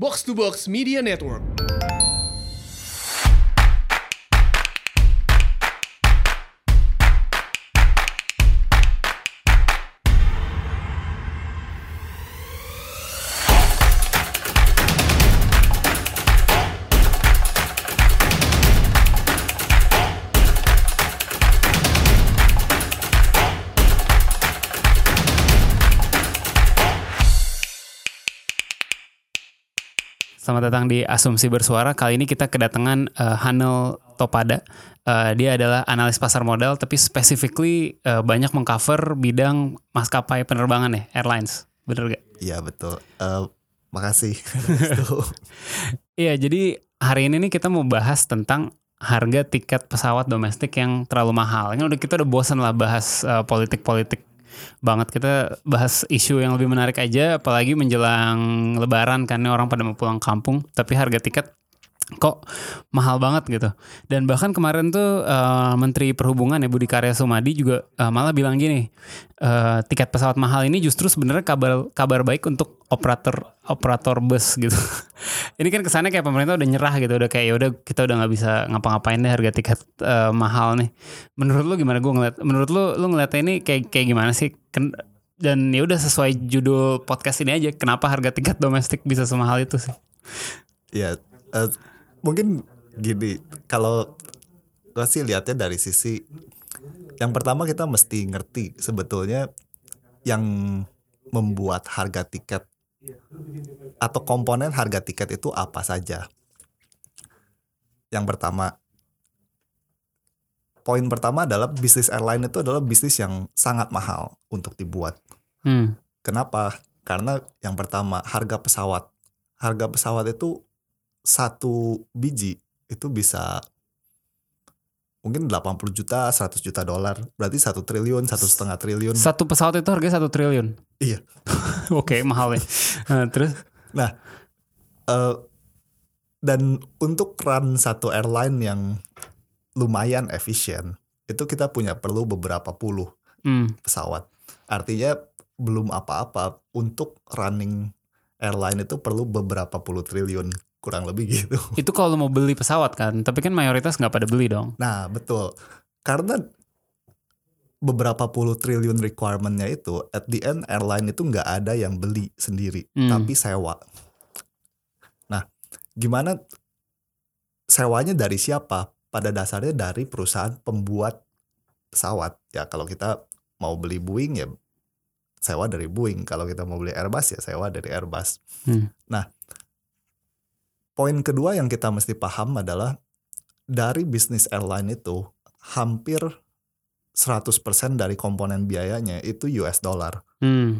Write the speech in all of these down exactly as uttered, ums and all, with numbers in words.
Box to Box Media Network. Selamat datang di Asumsi Bersuara. Kali ini kita kedatangan uh, Hanel Topada. Uh, dia adalah analis pasar modal, tapi specifically uh, banyak mengcover bidang maskapai penerbangan ya, airlines. Bener gak? Iya betul. Uh, makasih. Iya, jadi hari ini nih kita mau bahas tentang harga tiket pesawat domestik yang terlalu mahal. Ini udah kita udah bosan lah bahas uh, politik-politik banget, kita bahas isu yang lebih menarik aja, apalagi menjelang lebaran kan orang pada mau pulang kampung, tapi harga tiket kok mahal banget gitu. Dan bahkan kemarin tuh uh, Menteri Perhubungan ya Budi Karya Sumadi juga uh, malah bilang gini, uh, tiket pesawat mahal ini justru sebenarnya kabar kabar baik untuk operator operator bus gitu. Ini kan kesannya kayak pemerintah udah nyerah gitu, udah kayak ya udah kita udah nggak bisa ngapa-ngapain deh harga tiket uh, mahal nih. Menurut lu gimana? Gue ngeliat, menurut lu lu ngeliatnya ini kayak kayak gimana sih? Ken- dan ya udah sesuai judul podcast ini aja, kenapa harga tiket domestik bisa semahal itu sih? Ya uh, mungkin gini, kalau gue sih lihatnya dari sisi yang pertama, kita mesti ngerti sebetulnya yang membuat harga tiket atau komponen harga tiket itu apa saja. Yang pertama, poin pertama adalah bisnis airline itu adalah bisnis yang sangat mahal untuk dibuat. Hmm. Kenapa? Karena yang pertama, harga pesawat. Harga pesawat itu satu biji itu bisa mungkin delapan puluh juta, seratus juta dolar. Berarti satu triliun, satu setengah triliun. Satu pesawat itu harganya satu triliun. Iya. Oke, mahal ya. Nah, terus? Nah, uh, dan untuk run satu airline yang lumayan efisien, itu kita punya perlu beberapa puluh hmm. pesawat. Artinya belum apa-apa, untuk running airline itu perlu beberapa puluh triliun, kurang lebih gitu. Itu kalau mau beli pesawat kan, tapi kan mayoritas nggak pada beli dong. Nah betul, karena beberapa puluh triliun requirement-nya itu, at the end airline itu nggak ada yang beli sendiri, hmm. tapi sewa. Nah, gimana sewanya dari siapa? Pada dasarnya dari perusahaan pembuat pesawat. Ya kalau kita mau beli Boeing ya sewa dari Boeing. Kalau kita mau beli Airbus ya sewa dari Airbus. Hmm. Nah, poin kedua yang kita mesti paham adalah dari bisnis airline itu hampir seratus persen dari komponen biayanya itu U S dollar. Hmm.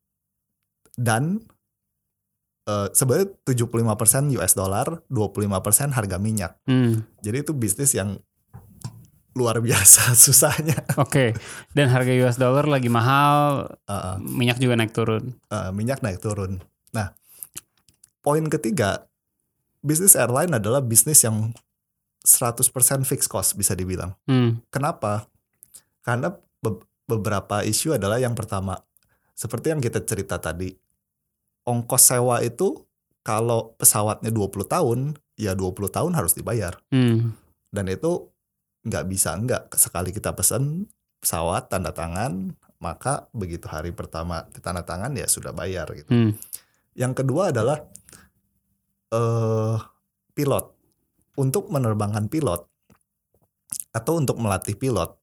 Dan uh, sebenarnya tujuh puluh lima persen U S dollar, dua puluh lima persen harga minyak. Hmm. Jadi itu bisnis yang luar biasa susahnya. Oke. Okay. Dan harga U S dollar lagi mahal, uh, minyak juga naik turun. Uh, minyak naik turun. Nah, poin ketiga, bisnis airline adalah bisnis yang seratus persen fixed cost bisa dibilang. Hmm. Kenapa? Karena be- beberapa isu adalah yang pertama, seperti yang kita cerita tadi, ongkos sewa itu kalau pesawatnya dua puluh tahun, ya dua puluh tahun harus dibayar. Hmm. Dan itu nggak bisa enggak. Sekali kita pesan pesawat tanda tangan, maka begitu hari pertama tanda tangan ya sudah bayar gitu. Hmm. Yang kedua adalah uh, pilot. Untuk menerbangkan pilot atau untuk melatih pilot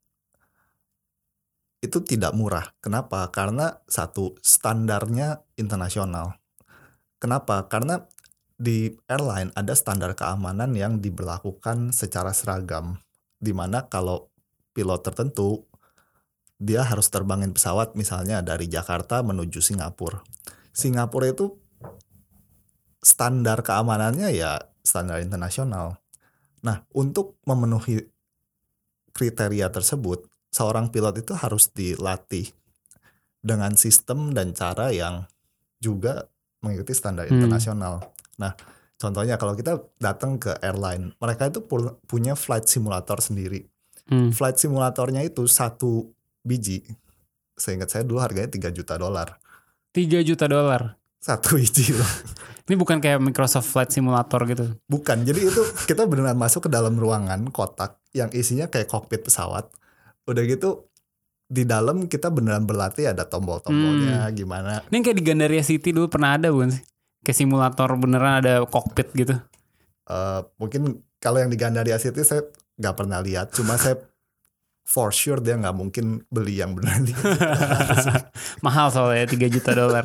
itu tidak murah. Kenapa? Karena satu, standarnya internasional. Kenapa? Karena di airline ada standar keamanan yang diberlakukan secara seragam, di mana kalau pilot tertentu dia harus terbangin pesawat misalnya dari Jakarta menuju Singapura. Singapura itu standar keamanannya ya standar internasional. Nah, untuk memenuhi kriteria tersebut, seorang pilot itu harus dilatih dengan sistem dan cara yang juga mengikuti standar hmm. internasional. Nah, contohnya kalau kita datang ke airline, mereka itu punya flight simulator sendiri. Hmm. Flight simulatornya itu satu biji, seingat saya dulu harganya tiga juta dolar. tiga juta dolar? Satu biji loh. Ini bukan kayak Microsoft Flight Simulator gitu. Bukan, jadi itu kita beneran masuk ke dalam ruangan kotak yang isinya kayak kokpit pesawat. Udah gitu di dalam kita beneran berlatih, ada tombol-tombolnya hmm. gimana. Ini kayak di Gandaria City dulu pernah ada bukan sih? Kayak simulator beneran ada kokpit gitu. Uh, mungkin kalau yang di Gandaria City saya nggak pernah lihat, cuma saya for sure dia nggak mungkin beli yang beneran di mahal soalnya tiga juta dolar.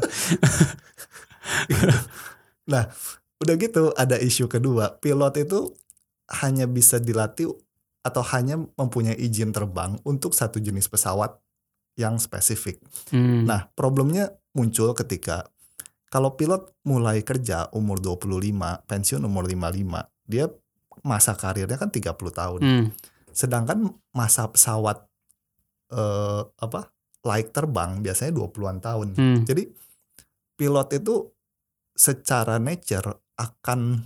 Nah, udah gitu ada isu kedua, pilot itu hanya bisa dilatih atau hanya mempunyai izin terbang untuk satu jenis pesawat yang spesifik. Hmm. Nah, problemnya muncul ketika kalau pilot mulai kerja umur dua puluh lima, pensiun umur lima puluh lima, dia masa karirnya kan tiga puluh tahun. Hmm. Sedangkan masa pesawat eh, apa? layak terbang biasanya dua puluhan tahun. Hmm. Jadi pilot itu secara nature akan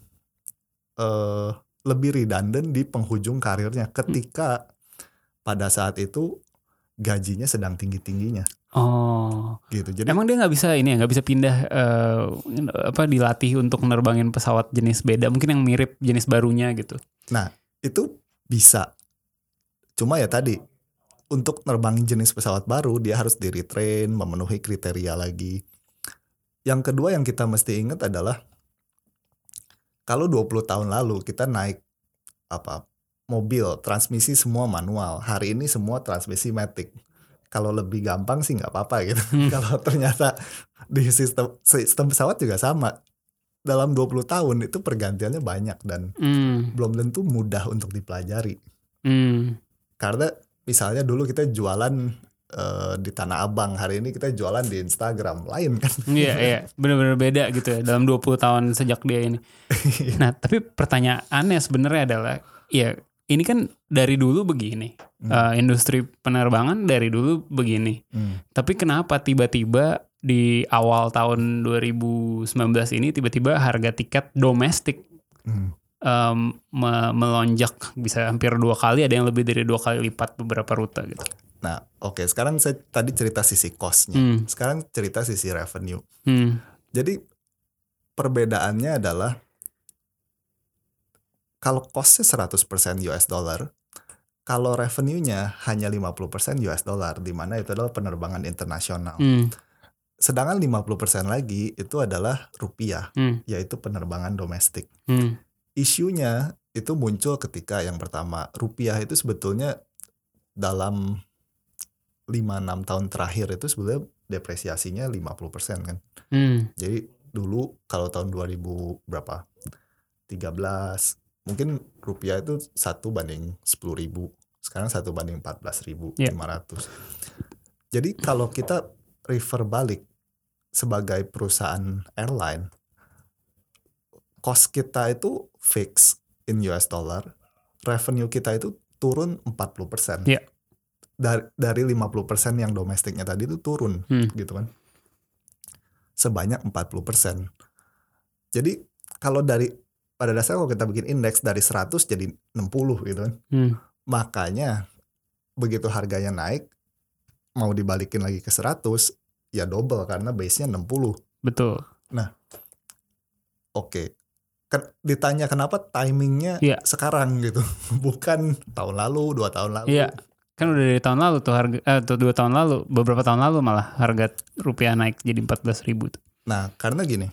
uh, lebih redundant di penghujung karirnya ketika pada saat itu gajinya sedang tinggi-tingginya. Oh, gitu. Jadi emang dia nggak bisa ini ya, nggak bisa pindah uh, apa dilatih untuk nerbangin pesawat jenis beda, mungkin yang mirip jenis barunya gitu. Nah itu bisa, cuma ya tadi untuk nerbangin jenis pesawat baru dia harus di retrain, memenuhi kriteria lagi. Yang kedua yang kita mesti ingat adalah kalau dua puluh tahun lalu kita naik apa mobil, transmisi semua manual. Hari ini semua transmisi matic. Kalau lebih gampang sih nggak apa-apa gitu. Hmm. Kalau ternyata di sistem sistem pesawat juga sama. Dalam dua puluh tahun itu pergantiannya banyak dan hmm. belum tentu mudah untuk dipelajari. Hmm. Karena misalnya dulu kita jualan Uh, di Tanah Abang, hari ini kita jualan di Instagram, lain kan? Iya, iya, benar-benar beda gitu ya dalam dua puluh tahun sejak dia ini. Nah, tapi pertanyaannya sebenarnya adalah, ya ini kan dari dulu begini, hmm. uh, industri penerbangan dari dulu begini. Hmm. Tapi kenapa tiba-tiba di awal tahun dua ribu sembilan belas ini tiba-tiba harga tiket domestik hmm. um, me- melonjak bisa hampir dua kali, ada yang lebih dari dua kali lipat beberapa rute gitu. Nah, oke, okay, sekarang saya tadi cerita sisi cost-nya. Hmm. Sekarang cerita sisi revenue. Hmm. Jadi perbedaannya adalah kalau cost-nya seratus persen U S dollar, kalau revenue-nya hanya lima puluh persen U S dollar, di mana itu adalah penerbangan internasional. Hmm. Sedangkan lima puluh persen lagi itu adalah rupiah, hmm. yaitu penerbangan domestik. Hmm. Isunya itu muncul ketika yang pertama, rupiah itu sebetulnya dalam lima enam tahun terakhir itu sebenarnya depresiasinya lima puluh persen kan. Hmm. Jadi dulu kalau tahun dua ribu berapa? tiga belas mungkin rupiah itu satu banding sepuluh ribu. Sekarang satu banding empat belas ribu lima ratus. Yeah. Jadi kalau kita refer balik sebagai perusahaan airline, cost kita itu fix in U S dollar, revenue kita itu turun empat puluh persen. Yeah. Dari, dari lima puluh persen yang domestiknya tadi itu turun hmm. gitu kan. Sebanyak empat puluh persen. Jadi kalau dari pada dasarnya kalau kita bikin indeks dari seratus jadi enam puluh gitu kan. Hmm. Makanya begitu harganya naik mau dibalikin lagi ke seratus ya double karena base-nya enam puluh. Betul. Nah. Oke. Okay. Ditanya kenapa timingnya yeah. sekarang gitu. Bukan tahun lalu, dua tahun lalu. Iya. Yeah. Kan udah dari tahun lalu tuh harga eh, tuh dua tahun lalu, beberapa tahun lalu malah harga rupiah naik jadi empat belas ribu tuh. Nah, karena gini.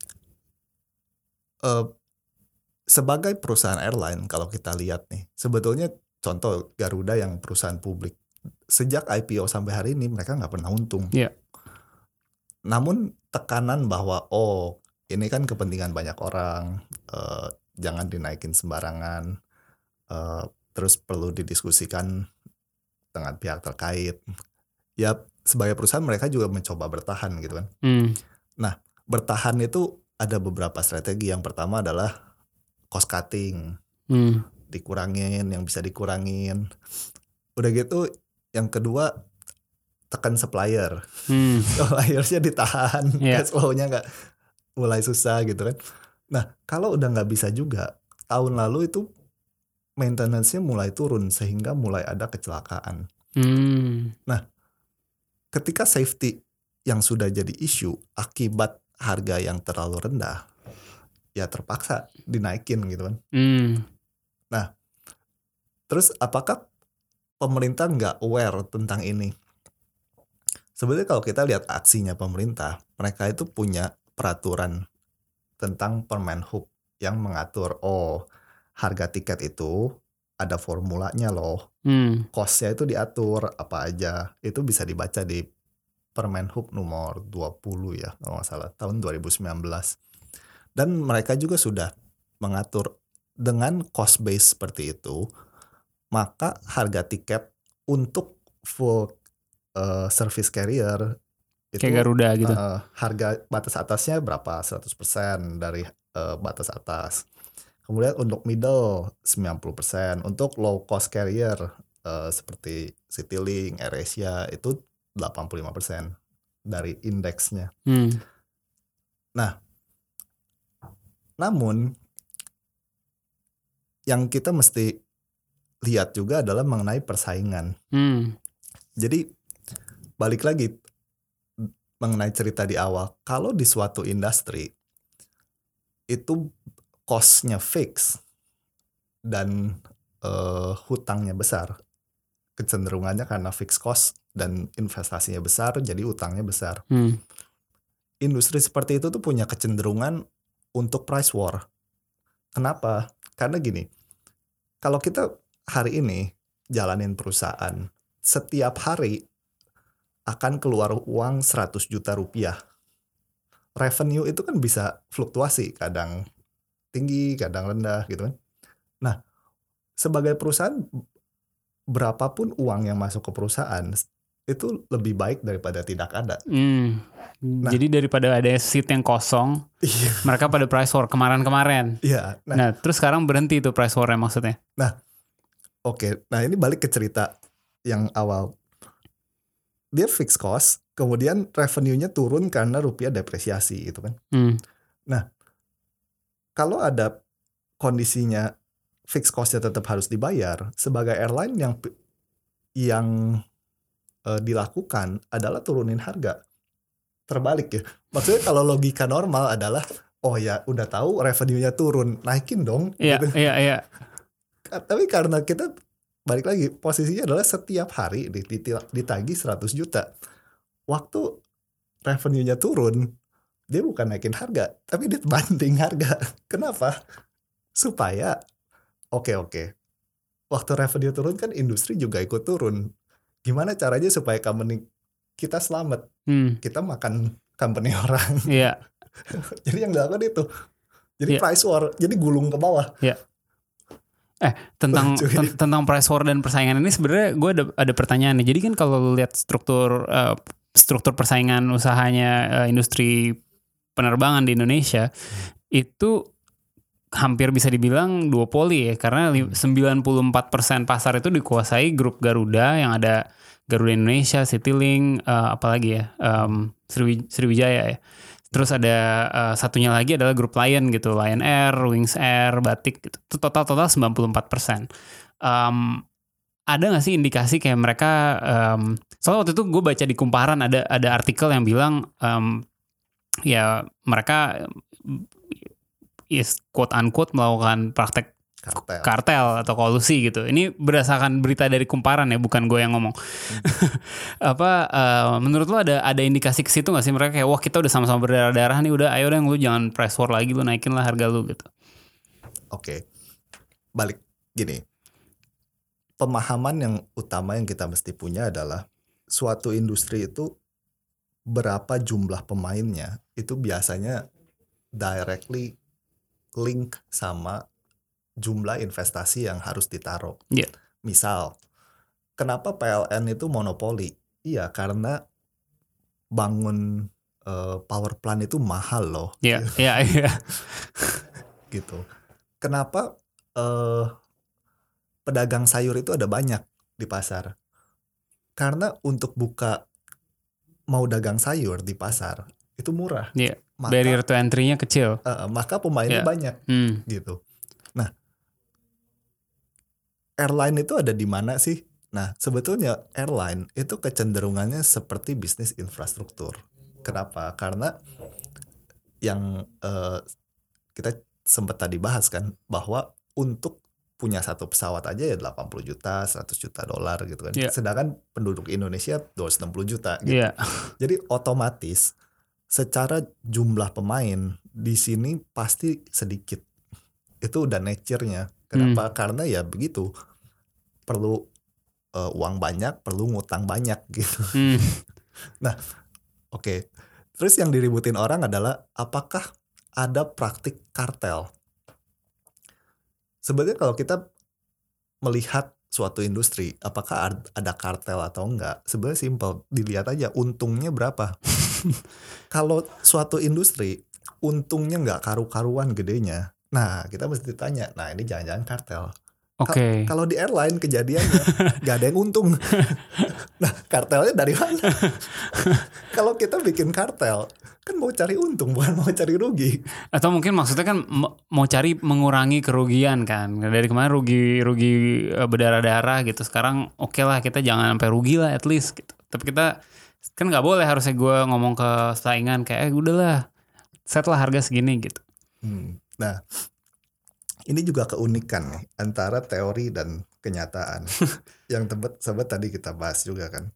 Uh, sebagai perusahaan airline kalau kita lihat nih, sebetulnya contoh Garuda yang perusahaan publik, sejak I P O sampai hari ini mereka nggak pernah untung. Iya. Yeah. Namun tekanan bahwa oh ini kan kepentingan banyak orang, uh, jangan dinaikin sembarangan, uh, terus perlu didiskusikan dengan pihak terkait. Ya sebagai perusahaan mereka juga mencoba bertahan gitu kan. Hmm. Nah bertahan itu ada beberapa strategi. Yang pertama adalah cost cutting, hmm. dikurangin yang bisa dikurangin. Udah gitu yang kedua tekan supplier, hmm. suppliersnya ditahan, yeah. cash flow-nya nggak mulai susah gitu kan. Nah kalau udah nggak bisa juga, tahun lalu itu maintenance-nya mulai turun sehingga mulai ada kecelakaan. Hmm. Nah, ketika safety yang sudah jadi isu akibat harga yang terlalu rendah, ya terpaksa dinaikin gitu kan. Hmm. Nah, terus apakah pemerintah nggak aware tentang ini? Sebenarnya kalau kita lihat aksinya pemerintah, mereka itu punya peraturan tentang Permenhub yang mengatur, oh harga tiket itu ada formulanya loh, Hmm. cost-nya itu diatur apa aja, itu bisa dibaca di Permenhub nomor dua puluh ya kalau nggak salah tahun dua ribu sembilan belas. Dan mereka juga sudah mengatur dengan cost base seperti itu, maka harga tiket untuk full uh, service carrier itu Kayak Garuda gitu. uh, harga batas atasnya berapa, seratus persen dari uh, batas atas. Kemudian untuk middle sembilan puluh persen, untuk low cost carrier uh, seperti Citylink, AirAsia itu delapan puluh lima persen dari indeksnya. Hmm. Nah, namun yang kita mesti lihat juga adalah mengenai persaingan. Hmm. Jadi balik lagi mengenai cerita di awal, kalau di suatu industri itu cost-nya fix dan uh, hutangnya besar, kecenderungannya karena fix cost dan investasinya besar, jadi utangnya besar. Hmm. Industri seperti itu tuh punya kecenderungan untuk price war. Kenapa? Karena gini, kalau kita hari ini jalanin perusahaan, setiap hari akan keluar uang seratus juta rupiah. Revenue itu kan bisa fluktuasi, kadang tinggi, kadang rendah gitu kan. Nah, sebagai perusahaan, berapapun uang yang masuk ke perusahaan itu lebih baik daripada tidak ada. Hmm. Nah, jadi daripada ada seat yang kosong, iya. mereka pada price war kemarin-kemarin. Iya. Nah, Nah, terus sekarang berhenti tuh price war maksudnya. Nah, oke. Okay. Nah, ini balik ke cerita yang awal. Dia fixed cost, kemudian revenue-nya turun karena rupiah depresiasi gitu kan. Hmm. Nah, kalau ada kondisinya fixed cost-nya tetap harus dibayar, sebagai airline yang yang uh, dilakukan adalah turunin harga. Terbalik ya. Maksudnya kalau logika normal adalah, oh ya udah tahu revenue-nya turun, naikin dong. Iya, gitu. iya, iya. Tapi karena kita balik lagi, posisinya adalah setiap hari ditagih seratus juta. Waktu revenue-nya turun, dia bukan naikin harga, tapi dia banding harga. Kenapa? Supaya, oke oke, waktu revenue turun kan industri juga ikut turun. Gimana caranya supaya company kita selamat? Hmm. Kita makan company orang. Iya. Jadi yang dilakukan itu. Jadi yeah. price war, jadi gulung ke bawah. Iya. Eh tentang ten, tentang price war dan persaingan ini sebenarnya gue ada ada pertanyaan nih. Jadi kan kalau lu lihat struktur uh, struktur persaingan usahanya uh, industri penerbangan di Indonesia hmm. itu hampir bisa dibilang duopoli ya, karena hmm. sembilan puluh empat persen pasar itu dikuasai grup Garuda yang ada Garuda Indonesia, Citylink, uh, apalagi ya um, Sriwijaya, Sriwijaya ya. Terus ada uh, satunya lagi adalah grup Lion gitu, Lion Air, Wings Air, Batik gitu. Itu total-total sembilan puluh empat persen. Um, ada gak sih indikasi kayak mereka, um, soalnya waktu itu gue baca di Kumparan ada ada artikel yang bilang um, ya mereka is quote unquote melakukan praktek kartel. kartel atau kolusi gitu. Ini berdasarkan berita dari Kumparan ya, bukan gue yang ngomong. Hmm. Apa uh, menurut lo ada ada indikasi ke situ nggak sih mereka kayak wah kita udah sama-sama berdarah-darah nih, udah ayo deh lu jangan price war lagi, lu naikin lah harga lu gitu. Oke. Okay. Balik gini. Pemahaman yang utama yang kita mesti punya adalah suatu industri itu berapa jumlah pemainnya itu biasanya directly link sama jumlah investasi yang harus ditaruh. Yeah. Misal, kenapa P L N itu monopoli? Iya, karena bangun uh, power plant itu mahal loh. Iya, iya, iya. Gitu. Kenapa uh, pedagang sayur itu ada banyak di pasar? Karena untuk buka mau dagang sayur di pasar itu murah. Iya. Maka, barrier to entry-nya kecil. Uh, maka pemainnya yeah. banyak. Hmm. Gitu. Nah, airline itu ada di mana sih? Nah, sebetulnya airline itu kecenderungannya seperti bisnis infrastruktur. Kenapa? Karena yang uh, kita sempat tadi bahas kan, bahwa untuk punya satu pesawat aja ya delapan puluh juta, seratus juta dolar gitu kan. Yeah. Sedangkan penduduk Indonesia dua ratus enam puluh juta gitu. Yeah. Jadi otomatis secara jumlah pemain di sini pasti sedikit. Itu udah nature-nya. Kenapa? Hmm. Karena ya begitu. Perlu uh, uang banyak, perlu ngutang banyak gitu. Hmm. Nah, oke. Okay. Terus yang diributin orang adalah apakah ada praktik kartel? Sebenarnya kalau kita melihat suatu industri, apakah ada kartel atau enggak? Sebenarnya simpel, dilihat aja untungnya berapa. Kalau suatu industri untungnya enggak karu-karuan gedenya, nah kita mesti tanya, nah ini jangan-jangan kartel. Oke. Okay. Kalau di airline kejadiannya nggak ada yang untung. Nah kartelnya dari mana? Kalau kita bikin kartel kan mau cari untung bukan mau cari rugi. Atau mungkin maksudnya kan mau cari mengurangi kerugian kan. Dari kemarin rugi rugi berdarah-darah gitu. Sekarang oke okay lah kita jangan sampai rugi lah at least gitu. Tapi kita kan nggak boleh harusnya gue ngomong ke saingan kayak eh udahlah set lah harga segini gitu. Hmm. Nah ini juga keunikan nih antara teori dan kenyataan. Yang tempat sobat tadi kita bahas juga kan.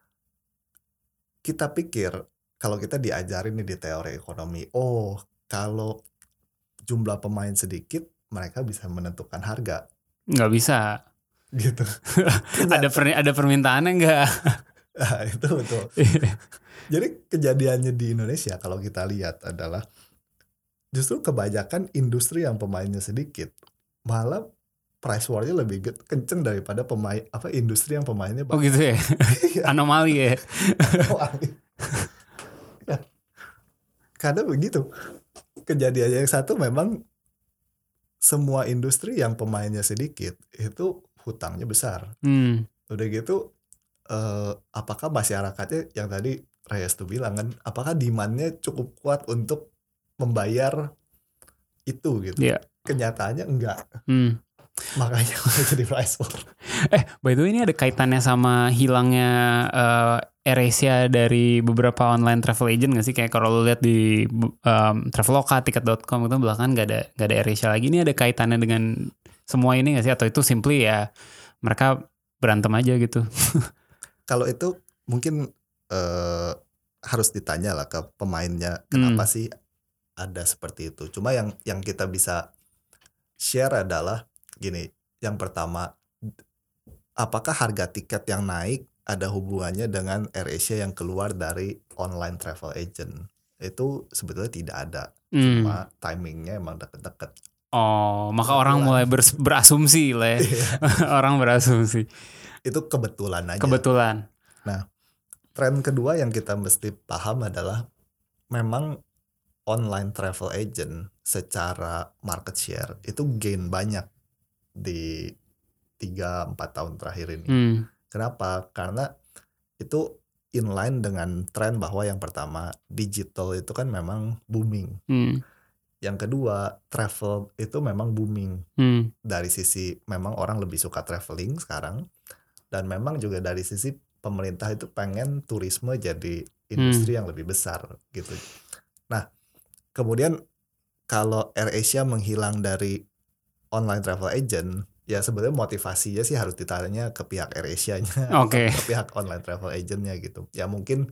Kita pikir kalau kita diajarin nih di teori ekonomi, oh kalau jumlah pemain sedikit mereka bisa menentukan harga. Nggak bisa. Gitu. ada per, ada permintaannya nggak? Nah, itu betul. Jadi kejadiannya di Indonesia kalau kita lihat adalah justru kebanyakan industri yang pemainnya sedikit malah price war-nya lebih kenceng daripada pemain apa industri yang pemainnya banyak. Oh gitu ya. Anomali ya. Anomali. Ya. Karena begitu. Kejadiannya yang satu memang semua industri yang pemainnya sedikit itu hutangnya besar. Hmm. Udah gitu eh, apakah masyarakatnya yang tadi Reyes tuh bilang kan, apakah demand-nya cukup kuat untuk membayar itu gitu. Yeah. Kenyataannya enggak. Hmm. Makanya jadi price war. Eh, by the way ini ada kaitannya sama hilangnya uh, AirAsia dari beberapa online travel agent nggak sih? Kayak kalau lu lihat di um, Traveloka, tiket dot com itu belakangan nggak ada nggak ada AirAsia lagi. Ini ada kaitannya dengan semua ini nggak sih? Atau itu simply ya mereka berantem aja gitu? Kalau itu mungkin uh, harus ditanya lah ke pemainnya kenapa hmm. sih ada seperti itu. Cuma yang yang kita bisa share adalah gini, yang pertama, apakah harga tiket yang naik ada hubungannya dengan AirAsia yang keluar dari online travel agent? Itu sebetulnya tidak ada, hmm. cuma timingnya emang deket-deket. Oh, maka kebetulan. Orang mulai ber- berasumsi lah ya. Orang berasumsi. Itu kebetulan aja. Kebetulan. Nah, tren kedua yang kita mesti paham adalah memang online travel agent secara market share itu gain banyak di tiga empat tahun terakhir ini. Hmm. Kenapa? Karena itu inline dengan tren bahwa yang pertama digital itu kan memang booming. Hmm. Yang kedua travel itu memang booming. Hmm. Dari sisi memang orang lebih suka traveling sekarang, dan memang juga dari sisi pemerintah itu pengen turisme jadi industri hmm. yang lebih besar gitu. Nah, kemudian kalau AirAsia menghilang dari online travel agent, ya sebenarnya motivasinya sih harus ditanya ke pihak AirAsia-nya, okay. ke pihak online travel agent-nya gitu. Ya mungkin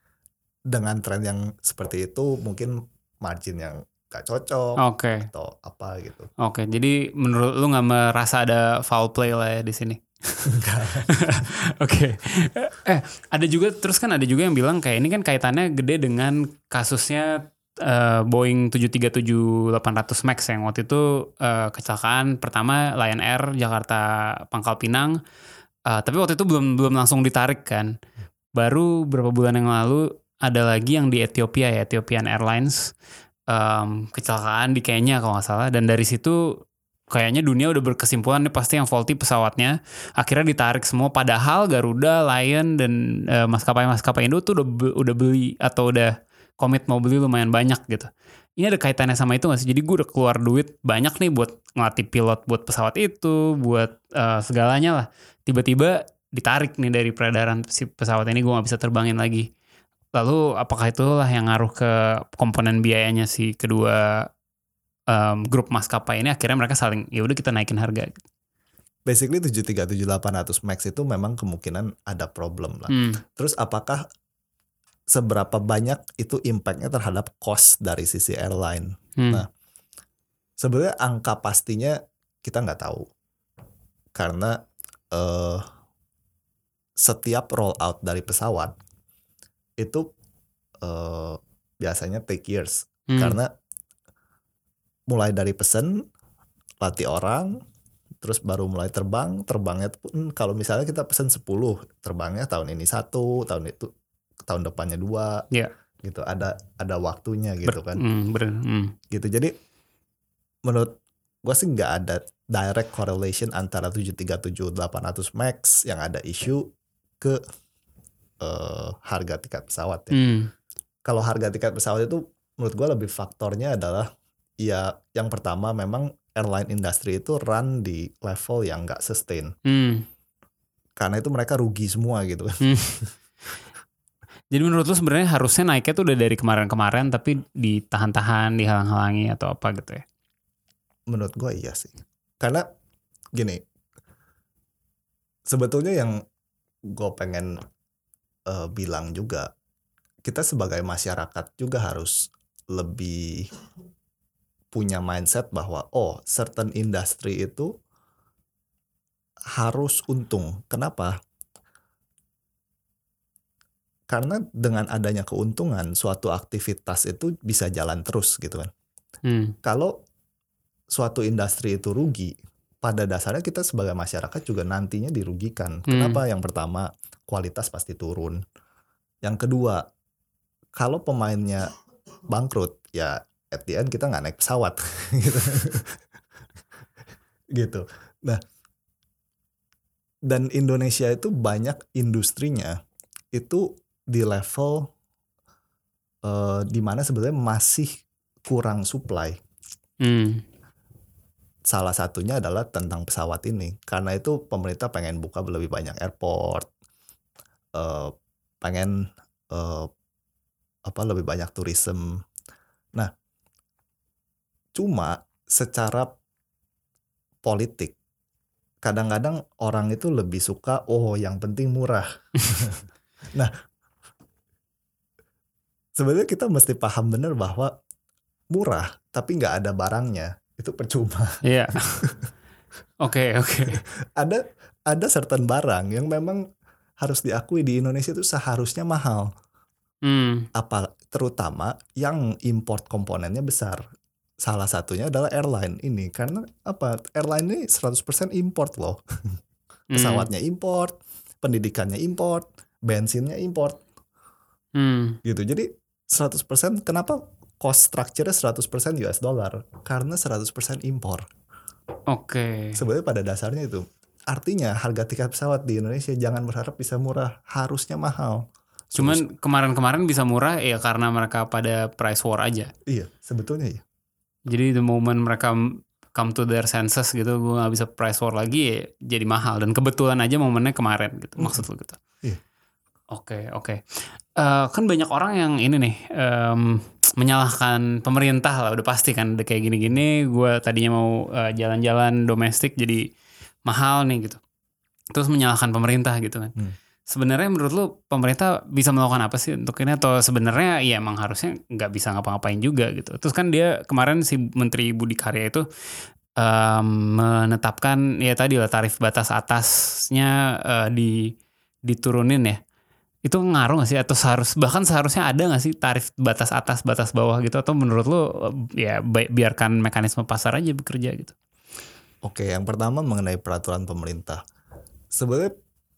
dengan tren yang seperti itu mungkin margin yang gak cocok okay. atau apa gitu. Oke, okay, jadi menurut lu nggak merasa ada foul play lah ya di sini? Enggak. Oke. Okay. Eh, ada juga terus kan ada juga yang bilang kayak ini kan kaitannya gede dengan kasusnya Uh, Boeing tujuh tiga tujuh delapan ratus Max yang waktu itu uh, kecelakaan pertama Lion Air Jakarta Pangkal Pinang, uh, tapi waktu itu belum belum langsung ditarik kan. Baru beberapa bulan yang lalu ada lagi yang di Ethiopia ya, Ethiopian Airlines um, kecelakaan di Kenya kalau nggak salah, dan dari situ kayaknya dunia udah berkesimpulan nih pasti yang faulty pesawatnya. Akhirnya ditarik semua, padahal Garuda, Lion dan uh, maskapai-maskapai Indo tuh udah udah beli atau udah komit mau beli lumayan banyak gitu. Ini ada kaitannya sama itu gak sih? Jadi gue udah keluar duit banyak nih buat ngelatih pilot buat pesawat itu, buat uh, segalanya lah. Tiba-tiba ditarik nih dari peredaran si pesawat ini, gue gak bisa terbangin lagi. lalu apakah itulah yang ngaruh ke komponen biayanya si kedua um, grup maskapai ini, akhirnya mereka saling ya udah kita naikin harga. Basically tujuh tiga tujuh delapan ratus Max itu memang kemungkinan ada problem lah. Hmm. Terus apakah seberapa banyak itu impactnya terhadap cost dari sisi airline? Hmm. Nah, sebenarnya angka pastinya kita nggak tahu karena uh, setiap rollout dari pesawat itu uh, biasanya take years. Hmm. Karena mulai dari pesen, latih orang, terus baru mulai terbang, terbangnya pun kalau misalnya kita pesen sepuluh, terbangnya tahun ini satu, tahun itu tahun depannya dua, yeah. gitu. Ada ada waktunya gitu ber, kan, mm, ber, mm. gitu. Jadi menurut gue sih nggak ada direct correlation antara tujuh tiga tujuh delapan ratus Max yang ada isu ke uh, harga tiket pesawat ya. Mm. Kalau harga tiket pesawat itu menurut gue lebih faktornya adalah ya yang pertama memang airline industry itu run di level yang nggak sustain. Mm. Karena itu mereka rugi semua gitu kan. Mm. Jadi menurut lu sebenarnya harusnya naiknya tuh udah dari kemarin-kemarin tapi ditahan-tahan, dihalang-halangi atau apa gitu ya? Menurut gue iya sih. Karena gini, sebetulnya yang gue pengen uh, bilang juga, kita sebagai masyarakat juga harus lebih punya mindset bahwa oh certain industry itu harus untung. Kenapa? Karena dengan adanya keuntungan suatu aktivitas itu bisa jalan terus gitu kan. Hmm. Kalau suatu industri itu rugi, pada dasarnya kita sebagai masyarakat juga nantinya dirugikan. Hmm. Kenapa? Yang pertama, kualitas pasti turun. Yang kedua, kalau pemainnya bangkrut, ya at the end kita nggak naik pesawat. gitu. gitu. Nah, dan Indonesia itu banyak industrinya itu di level uh, di mana sebenarnya masih kurang supply. Hmm. Salah satunya adalah tentang pesawat ini. Karena itu pemerintah pengen buka lebih banyak airport, uh, pengen uh, apa lebih banyak tourism. Nah, cuma secara politik kadang-kadang orang itu lebih suka oh yang penting murah. Nah, sebenarnya kita mesti paham benar bahwa murah tapi nggak ada barangnya itu percuma. Iya. Oke oke. Ada ada certain barang yang memang harus diakui di Indonesia itu seharusnya mahal. Hmm. Apa terutama yang import komponennya besar. Salah satunya adalah airline ini karena apa? Airline ini seratus persen import loh. Pesawatnya import, pendidikannya import, bensinnya import. Hmm. Gitu. Jadi seratus persen kenapa cost structure-nya seratus persen U S dollar? Karena seratus persen impor. Oke. Okay. Sebenarnya pada dasarnya itu. Artinya harga tiket pesawat di Indonesia jangan berharap bisa murah, harusnya mahal. Cuman Terus, kemarin-kemarin bisa murah ya karena mereka pada price war aja. Iya, sebetulnya iya. Jadi the moment mereka come to their senses gitu, gue gak bisa price war lagi ya jadi mahal. Dan kebetulan aja momennya kemarin gitu, maksud lu gitu. Iya. Oke, okay, oke. Okay. Uh, kan banyak orang yang ini nih, um, menyalahkan pemerintah lah, udah pasti kan udah kayak gini-gini, gue tadinya mau uh, jalan-jalan domestik jadi mahal nih gitu. Terus menyalahkan pemerintah gitu kan. Hmm. Sebenarnya menurut lu pemerintah bisa melakukan apa sih untuk ini, atau sebenarnya ya emang harusnya nggak bisa ngapa-ngapain juga gitu. Terus kan dia kemarin si Menteri Budi Karya itu um, menetapkan ya tadi lah tarif batas atasnya uh, di diturunin ya. Itu ngaruh gak sih, atau seharus bahkan seharusnya ada gak sih tarif batas atas batas bawah gitu, atau menurut lu ya biarkan mekanisme pasar aja bekerja gitu? Oke, yang pertama mengenai peraturan pemerintah. Sebenarnya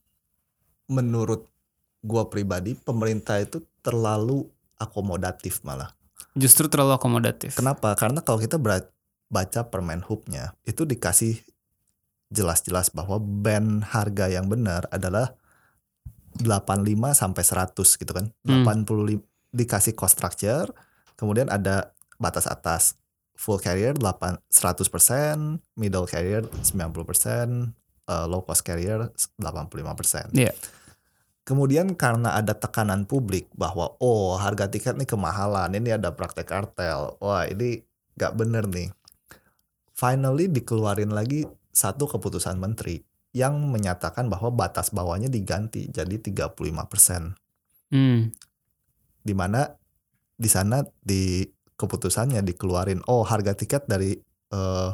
menurut gua pribadi pemerintah itu terlalu akomodatif malah. Justru terlalu akomodatif. Kenapa? Karena kalau kita baca Permen Hub-nya itu dikasih jelas-jelas bahwa band harga yang benar adalah delapan puluh lima sampai seratus gitu kan. Hmm. delapan puluh lima dikasih cost structure, kemudian ada batas atas. Full carrier delapan seratus persen, middle carrier sembilan puluh persen, uh, low cost carrier delapan puluh lima persen. Iya. Yeah. Kemudian karena ada tekanan publik bahwa oh harga tiket nih kemahalan, ini ada praktek kartel, wah ini gak bener nih. Finally dikeluarin lagi satu keputusan menteri yang menyatakan bahwa batas bawahnya diganti jadi tiga puluh lima persen. Hmm. Dimana di sana di keputusannya dikeluarin oh harga tiket dari eh,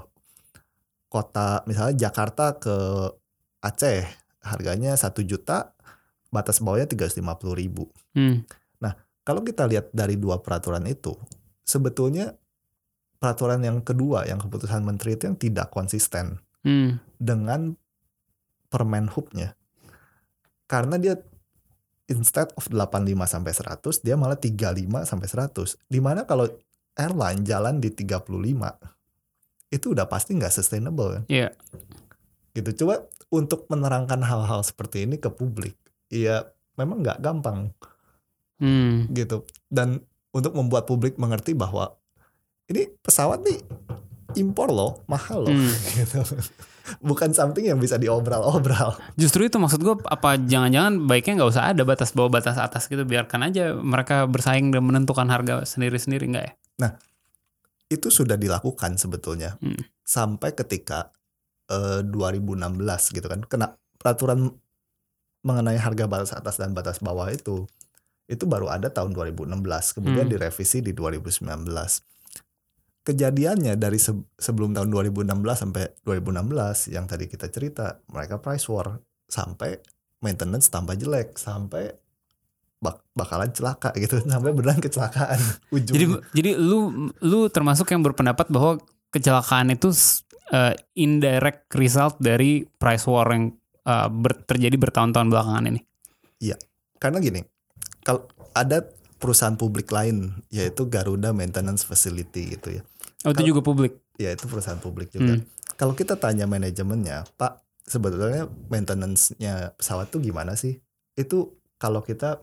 kota misalnya Jakarta ke Aceh harganya satu juta, batas bawahnya tiga ratus lima puluh ribu. Hmm. Nah kalau kita lihat dari dua peraturan itu, sebetulnya peraturan yang kedua yang keputusan menteri itu yang tidak konsisten Hmm. dengan Permen Hub-nya. Karena dia instead of delapan puluh lima sampai seratus dia malah tiga puluh lima sampai seratus. Dimana kalau airline jalan di tiga puluh lima itu udah pasti nggak sustainable kan? Iya. Yeah. Gitu. Coba untuk menerangkan hal-hal seperti ini ke publik, ya memang nggak gampang. Hmm. Gitu. Dan untuk membuat publik mengerti bahwa ini pesawat nih impor loh, mahal loh. Hmm. Gitu. Bukan something yang bisa diobral-obral. Justru itu maksud gue, apa jangan-jangan baiknya nggak usah ada batas bawah batas atas gitu, biarkan aja mereka bersaing dan menentukan harga sendiri-sendiri, nggak ya? Nah itu sudah dilakukan sebetulnya hmm. sampai ketika eh, dua ribu enam belas gitu kan, kena peraturan mengenai harga batas atas dan batas bawah itu itu baru ada tahun dua ribu enam belas, kemudian hmm. direvisi di dua ribu sembilan belas. Kejadiannya dari se- sebelum tahun dua ribu enam belas sampai dua ribu enam belas yang tadi kita cerita, mereka price war sampai maintenance tambah jelek, sampai bak- bakalan celaka gitu, sampai beneran kecelakaan ujungnya. Jadi jadi lu lu termasuk yang berpendapat bahwa kecelakaan itu uh, indirect result dari price war yang uh, ber- terjadi bertahun-tahun belakangan ini. Iya, karena gini, kalau ada perusahaan publik lain yaitu Garuda Maintenance Facility gitu ya. Oh itu kalo, juga publik? Ya itu perusahaan publik juga. Hmm. Kalau kita tanya manajemennya, Pak sebetulnya maintenance-nya pesawat tuh gimana sih? Itu kalau kita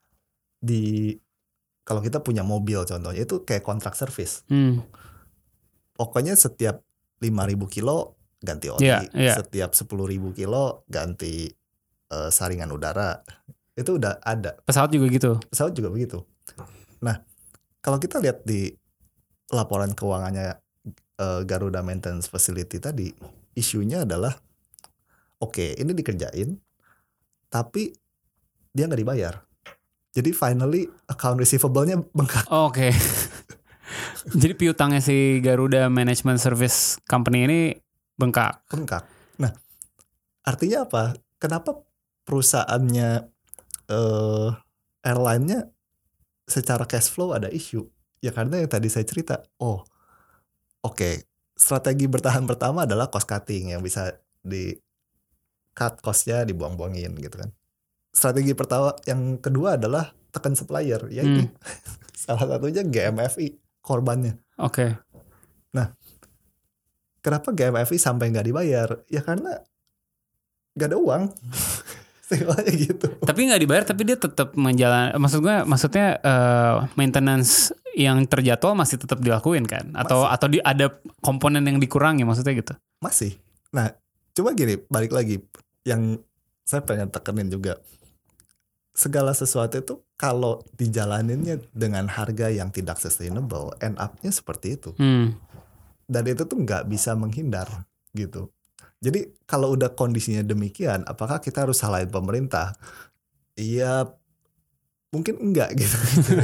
di kalau kita punya mobil contohnya itu kayak kontrak servis. Hmm. Pokoknya setiap lima ribu kilo ganti oli, yeah, yeah. setiap sepuluh ribu kilo ganti uh, saringan udara. Itu udah ada. Pesawat juga gitu? Pesawat juga begitu. Nah, kalau kita lihat di laporan keuangannya uh, Garuda Maintenance Facility tadi, isunya adalah oke, okay, ini dikerjain tapi dia nggak dibayar. Jadi finally account receivable-nya bengkak. Oh, oke. Okay. Jadi piutangnya si Garuda Management Service Company ini bengkak. Bengkak. Nah, artinya apa? Kenapa perusahaannya Uh, airline-nya secara cash flow ada isu? Ya karena yang tadi saya cerita. Oh, oke. Okay. Strategi bertahan pertama adalah cost cutting yang bisa di cut cost-nya, dibuang-buangin gitu kan. Strategi pertama yang kedua adalah tekan supplier. Ya ini hmm. salah satunya G M F I korbannya. Oke. Okay. Nah, kenapa G M F I sampai nggak dibayar? Ya karena nggak ada uang. Sewanya gitu. Tapi nggak dibayar, tapi dia tetap menjalan. Maksud gue, maksudnya uh, maintenance yang terjadwal masih tetap dilakuin kan? Atau masih. Atau di, ada komponen yang dikurangi maksudnya gitu? Masih. Nah, cuma gini, balik lagi yang saya pengen tekenin juga. Segala sesuatu itu kalau dijalaninnya dengan harga yang tidak sustainable, end up-nya seperti itu. Hmm. Dan itu tuh nggak bisa menghindar gitu. Jadi kalau udah kondisinya demikian, apakah kita harus salahin pemerintah? Iya, mungkin enggak gitu.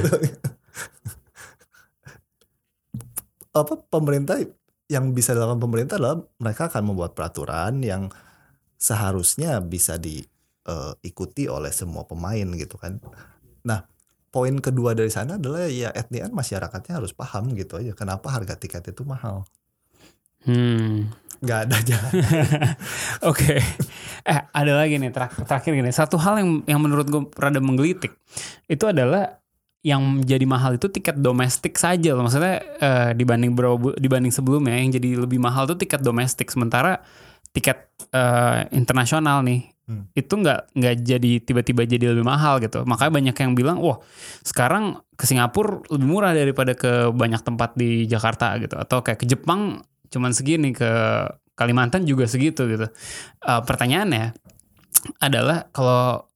Apa pemerintah yang bisa dilakukan pemerintah adalah mereka akan membuat peraturan yang seharusnya bisa diikuti uh, oleh semua pemain gitu kan. Nah, poin kedua dari sana adalah ya at the end masyarakatnya harus paham gitu aja kenapa harga tiket itu mahal. Hmm. Gak ada jalan. Oke. Okay. Eh ada lagi nih terakhir, terakhir gini. Satu hal yang yang menurut gue rada menggelitik itu adalah yang jadi mahal itu tiket domestik saja loh. Maksudnya eh, dibanding bro, dibanding sebelumnya yang jadi lebih mahal itu tiket domestik. Sementara tiket eh, internasional nih hmm. itu nggak nggak jadi tiba-tiba jadi lebih mahal gitu. Makanya banyak yang bilang, wah sekarang ke Singapura lebih murah daripada ke banyak tempat di Jakarta gitu. Atau kayak ke Jepang cuman segini, ke Kalimantan juga segitu gitu. Uh, pertanyaannya adalah kalau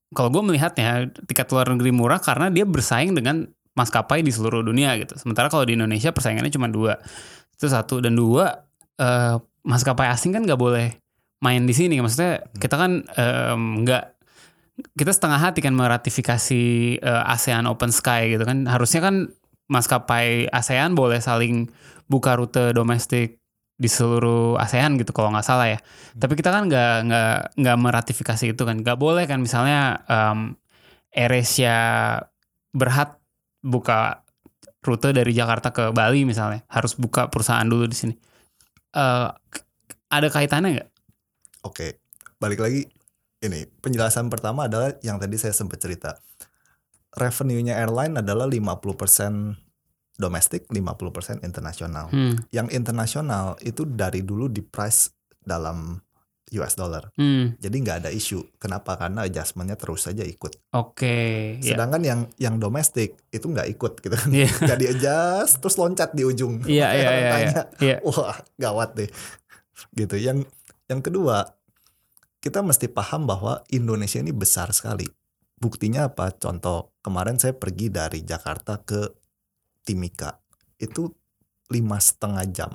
kalau gue melihatnya tiket luar negeri murah karena dia bersaing dengan maskapai di seluruh dunia gitu. Sementara kalau di Indonesia persaingannya cuma dua. Itu satu. Dan dua, uh, maskapai asing kan nggak boleh main di sini. Maksudnya kita kan nggak um, kita setengah hati kan meratifikasi uh, ASEAN Open Sky gitu kan. Harusnya kan maskapai ASEAN boleh saling buka rute domestik di seluruh ASEAN gitu kalau nggak salah ya. Hmm. Tapi kita kan nggak nggak nggak meratifikasi itu kan. Nggak boleh kan misalnya um, AirAsia Berhad buka rute dari Jakarta ke Bali misalnya, harus buka perusahaan dulu di sini. Uh, ada kaitannya nggak? Oke, balik lagi ini penjelasan pertama adalah yang tadi saya sempat cerita. Revenue-nya airline adalah lima puluh persen domestik, lima puluh persen internasional. Hmm. Yang internasional itu dari dulu di price dalam U S dollar. Hmm. Jadi nggak ada isu. Kenapa? Karena adjustment-nya terus saja ikut. Oke. Okay, Sedangkan yeah. yang yang domestik itu nggak ikut gitu kan. Yeah. Nggak di-adjust terus loncat di ujung. Iya iya iya. Wah, gawat deh. Gitu. Yang yang kedua, kita mesti paham bahwa Indonesia ini besar sekali. Buktinya apa? Contoh, kemarin saya pergi dari Jakarta ke Timika. Itu lima setengah jam.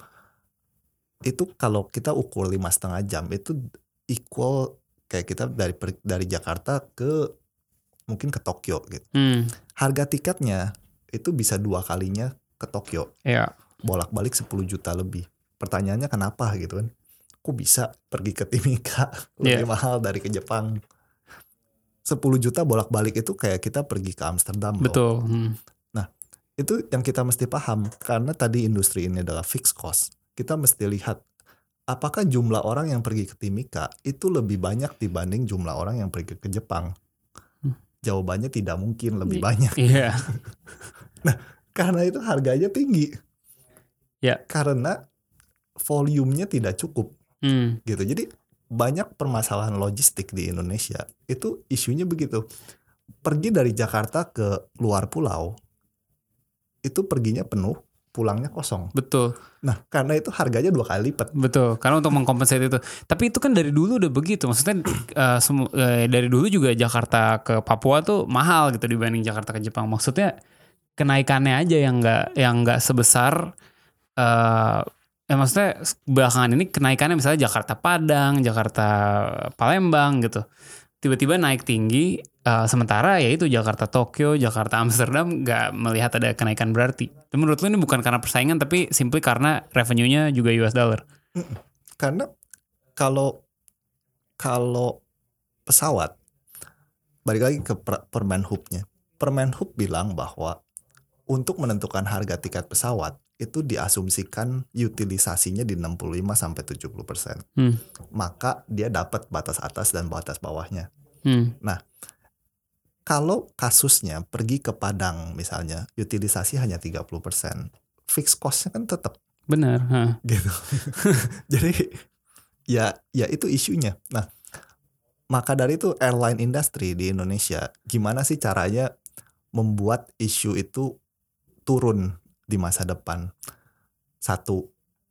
Itu kalau kita ukur lima setengah jam itu equal kayak kita dari dari Jakarta ke mungkin ke Tokyo gitu. Hmm. Harga tiketnya itu bisa dua kalinya ke Tokyo. Yeah. Bolak-balik sepuluh juta lebih. Pertanyaannya kenapa gitu kan? Kok bisa pergi ke Timika lebih yeah. mahal dari ke Jepang? sepuluh juta bolak-balik itu kayak kita pergi ke Amsterdam. Betul. Hmm. Nah, itu yang kita mesti paham karena tadi industri ini adalah fixed cost. Kita mesti lihat apakah jumlah orang yang pergi ke Timika itu lebih banyak dibanding jumlah orang yang pergi ke Jepang. Jawabannya tidak mungkin lebih banyak. Iya. Yeah. Nah, karena itu harganya tinggi. Ya. Yeah. Karena volumenya tidak cukup. Hmm. Gitu. Jadi banyak permasalahan logistik di Indonesia. Itu isunya begitu. Pergi dari Jakarta ke luar pulau itu perginya penuh, pulangnya kosong. Betul. Nah, karena itu harganya dua kali lipat. Betul. Karena untuk mengkompensasi itu. Tapi itu kan dari dulu udah begitu. Maksudnya uh, semu- uh, dari dulu juga Jakarta ke Papua tuh mahal gitu dibanding Jakarta ke Jepang. Maksudnya kenaikannya aja yang nggak yang nggak sebesar. Uh, ya maksudnya belakangan ini kenaikannya misalnya Jakarta Padang, Jakarta Palembang gitu. Tiba-tiba naik tinggi, uh, sementara ya itu Jakarta Tokyo, Jakarta Amsterdam nggak melihat ada kenaikan berarti. Dan menurut lu ini bukan karena persaingan tapi simply karena revenue-nya juga U S dollar. Karena kalau kalau pesawat, balik lagi ke Permenhub-nya. Permenhub bilang bahwa untuk menentukan harga tiket pesawat itu diasumsikan utilisasinya di enam puluh lima sampai tujuh puluh persen. Hmm. Maka dia dapat batas atas dan batas bawahnya. Hmm. Nah, kalau kasusnya pergi ke Padang misalnya, utilisasi hanya tiga puluh persen. Fixed cost-nya kan tetap. Benar. Huh. Gitu. Jadi ya ya itu isunya. Nah, maka dari itu airline industry di Indonesia, gimana sih caranya membuat isu itu turun di masa depan? Satu,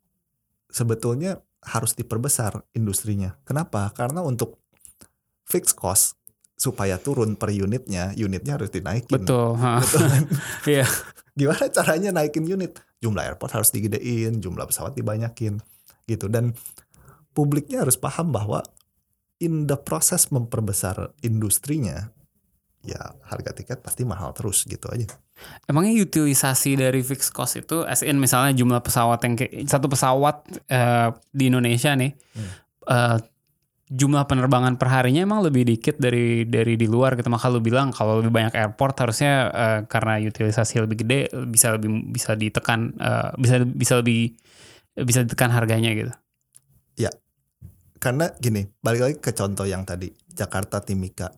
sebetulnya harus diperbesar industrinya. Kenapa? Karena untuk fixed cost supaya turun per unitnya, unitnya harus dinaikin. Betul. Betul kan? Iya. Gimana caranya naikin unit? Jumlah airport harus digedein, jumlah pesawat dibanyakin, gitu. Dan publiknya harus paham bahwa in the proses memperbesar industrinya, ya harga tiket pasti mahal terus gitu aja. Emangnya utilisasi dari fixed cost itu, as in misalnya jumlah pesawat yang kayak satu pesawat uh, di Indonesia nih, hmm. uh, jumlah penerbangan perharinya emang lebih dikit dari dari di luar gitu. Maka lu bilang kalau lebih banyak airport harusnya uh, karena utilisasi lebih gede bisa lebih bisa ditekan uh, bisa bisa lebih bisa ditekan harganya gitu. Ya, karena gini, balik lagi ke contoh yang tadi Jakarta Timika.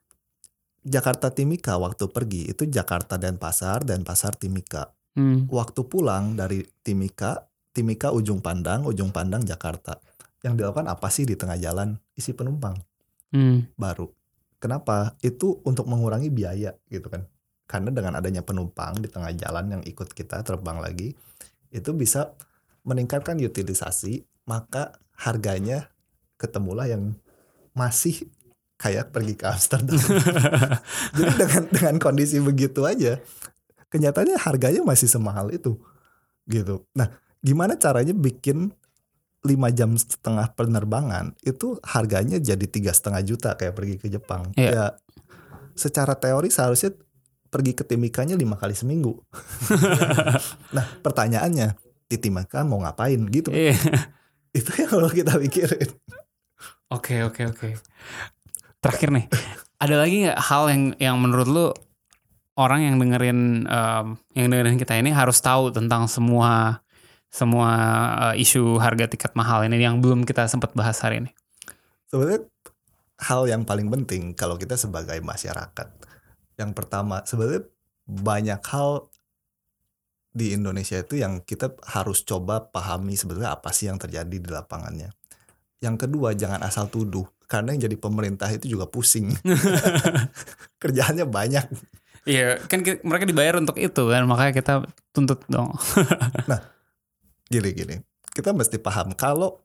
Jakarta Timika waktu pergi itu Jakarta Denpasar, Denpasar Timika. Hmm. Waktu pulang dari Timika, Timika ujung pandang, ujung pandang Jakarta. Yang dilakukan apa sih di tengah jalan? Isi penumpang hmm. baru. Kenapa? Itu untuk mengurangi biaya gitu kan. Karena dengan adanya penumpang di tengah jalan yang ikut kita terbang lagi, itu bisa meningkatkan utilisasi, maka harganya ketemulah yang masih kayak pergi ke Amsterdam. Jadi dengan dengan kondisi begitu aja, kenyataannya harganya masih semahal itu, gitu. Nah, gimana caranya bikin lima jam setengah penerbangan itu harganya jadi tiga setengah juta kayak pergi ke Jepang? Yeah. Ya, secara teori seharusnya pergi ke Timika-nya lima kali seminggu. Nah, pertanyaannya di Timika mau ngapain gitu? Yeah. Itu yang kalau kita pikirin. Oke oke oke. Terakhir nih, ada lagi nggak hal yang yang menurut lu orang yang dengerin um, yang dengerin kita ini harus tahu tentang semua semua uh, isu harga tiket mahal ini yang belum kita sempat bahas hari ini? Sebenarnya hal yang paling penting kalau kita sebagai masyarakat, yang pertama sebenarnya banyak hal di Indonesia itu yang kita harus coba pahami sebenarnya apa sih yang terjadi di lapangannya. Yang kedua, jangan asal tuduh, karena yang jadi pemerintah itu juga pusing. Kerjaannya banyak. Iya, kan mereka dibayar untuk itu kan, makanya kita tuntut dong. Nah, gini-gini, kita mesti paham kalau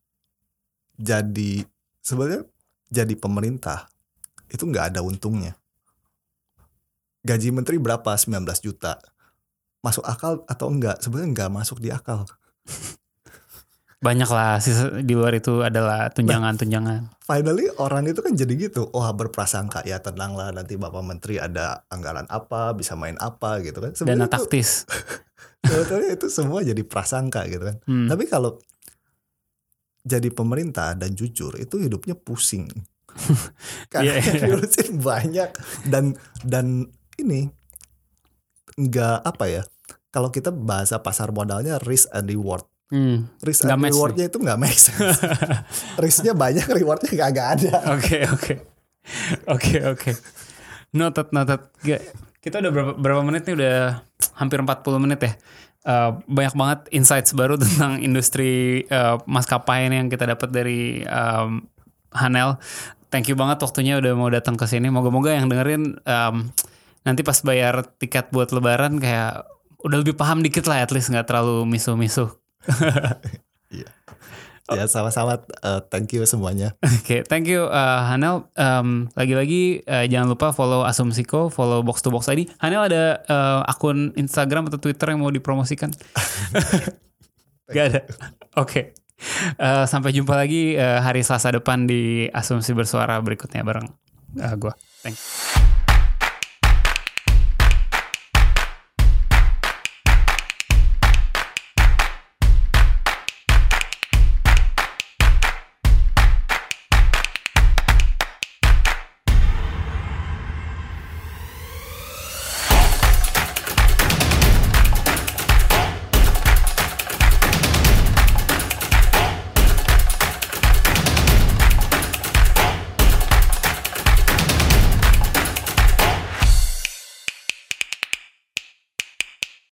jadi sebenarnya jadi pemerintah itu nggak ada untungnya. Gaji menteri berapa? sembilan belas juta. Masuk akal atau enggak? Sebenarnya nggak masuk di akal. Banyak lah, di luar itu adalah tunjangan-tunjangan. Nah, finally orang itu kan jadi gitu, oh berprasangka ya tenang lah nanti Bapak Menteri ada anggaran apa, bisa main apa gitu kan. Dana taktis. Sebetulnya itu semua jadi prasangka gitu kan. Hmm. Tapi kalau jadi pemerintah dan jujur itu hidupnya pusing. Karena yeah, yeah. diurusin banyak dan dan ini enggak apa ya. Kalau kita bahasa pasar modalnya risk and reward. Hmm, risk and rewardnya itu nggak make sense. Risknya banyak, rewardnya nggak ada. Oke oke oke oke. Noted noted. Kita udah berapa, berapa menit nih? Udah hampir empat puluh menit ya. Uh, banyak banget insights baru tentang industri uh, maskapai ini yang kita dapat dari um, Hanel. Thank you banget waktunya udah mau datang ke sini. Moga-moga yang dengerin um, nanti pas bayar tiket buat Lebaran kayak udah lebih paham dikit lah, at least nggak terlalu misuh-misuh. Iya. Ya sama-sama, uh, thank you semuanya. Oke, okay, thank you uh, Hanel. Um, lagi-lagi uh, jangan lupa follow Asumsiko, follow Box to Box I D. Hanel ada uh, akun Instagram atau Twitter yang mau dipromosikan? Gak ada. Oke. Okay. Uh, sampai jumpa lagi uh, hari Selasa depan di Asumsi Bersuara berikutnya bareng uh, gue. Thanks.